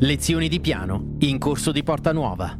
Lezioni di piano in Corso di Porta Nuova.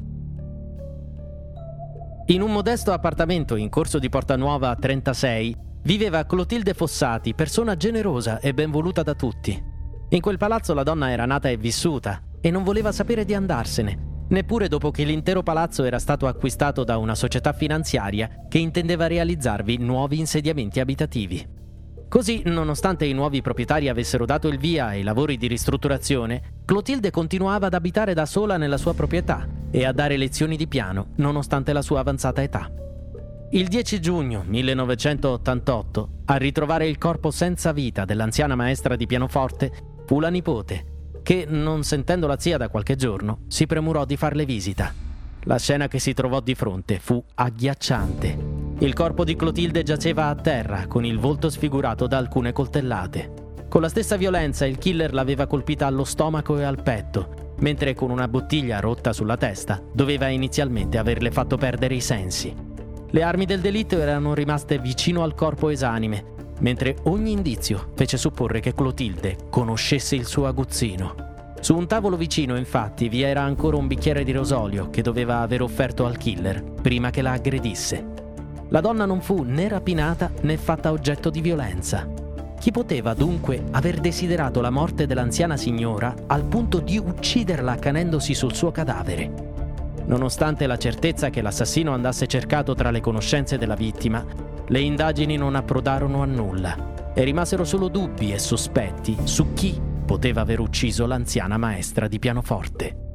In un modesto appartamento in Corso di Porta Nuova 36 viveva Clotilde Fossati, persona generosa e ben voluta da tutti. In quel palazzo la donna era nata e vissuta e non voleva sapere di andarsene, neppure dopo che l'intero palazzo era stato acquistato da una società finanziaria che intendeva realizzarvi nuovi insediamenti abitativi. Così, nonostante i nuovi proprietari avessero dato il via ai lavori di ristrutturazione, Clotilde continuava ad abitare da sola nella sua proprietà e a dare lezioni di piano, nonostante la sua avanzata età. Il 10 giugno 1988, a ritrovare il corpo senza vita dell'anziana maestra di pianoforte, fu la nipote, che, non sentendo la zia da qualche giorno, si premurò di farle visita. La scena che si trovò di fronte fu agghiacciante. Il corpo di Clotilde giaceva a terra, con il volto sfigurato da alcune coltellate. Con la stessa violenza il killer l'aveva colpita allo stomaco e al petto, mentre con una bottiglia rotta sulla testa doveva inizialmente averle fatto perdere i sensi. Le armi del delitto erano rimaste vicino al corpo esanime, mentre ogni indizio fece supporre che Clotilde conoscesse il suo aguzzino. Su un tavolo vicino, infatti, vi era ancora un bicchiere di rosolio che doveva aver offerto al killer prima che la aggredisse. La donna non fu né rapinata né fatta oggetto di violenza. Chi poteva dunque aver desiderato la morte dell'anziana signora al punto di ucciderla accanendosi sul suo cadavere? Nonostante la certezza che l'assassino andasse cercato tra le conoscenze della vittima, le indagini non approdarono a nulla e rimasero solo dubbi e sospetti su chi poteva aver ucciso l'anziana maestra di pianoforte.